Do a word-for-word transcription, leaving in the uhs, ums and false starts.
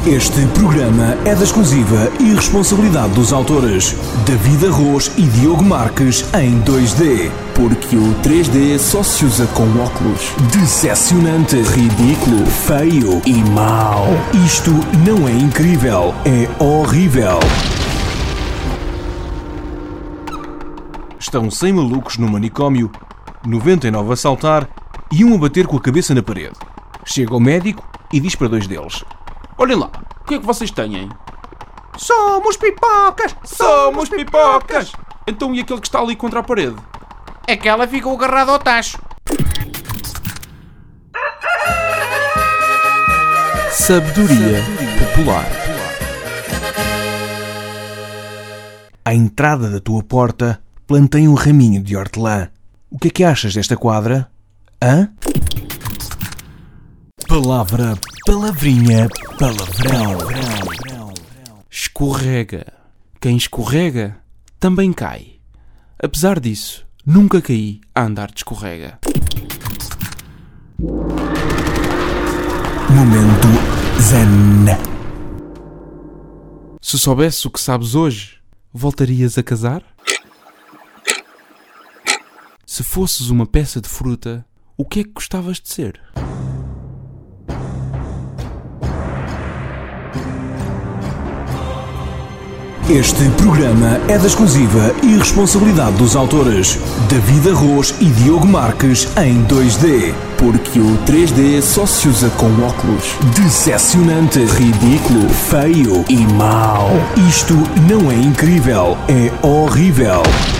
Este programa é da exclusiva e responsabilidade dos autores David Arroz e Diogo Marques em dois D, porque o três D só se usa com óculos. Decepcionante, ridículo, feio e mau. Isto não é incrível, é horrível. Estão cem malucos no manicômio, noventa e nove a saltar e um a bater com a cabeça na parede. Chega o médico e diz para dois deles: olhem lá, o que é que vocês têm? Somos pipocas! Somos pipocas! Então e aquele que está ali contra a parede? Aquela ficou agarrada ao tacho. Sabedoria popular. À entrada da tua porta, plantei um raminho de hortelã. O que é que achas desta quadra? Hã? Palavra, palavrinha, palavrão. Escorrega. Quem escorrega, também cai. Apesar disso, nunca caí a andar de escorrega. Momento zen. Se soubesse o que sabes hoje, voltarias a casar? Se fosses uma peça de fruta, o que é que gostavas de ser? Este programa é da exclusiva e responsabilidade dos autores David Arroz e Diogo Marques em dois D, porque o três D só se usa com óculos. Decepcionante, ridículo, feio e mau. Isto não é incrível, é horrível.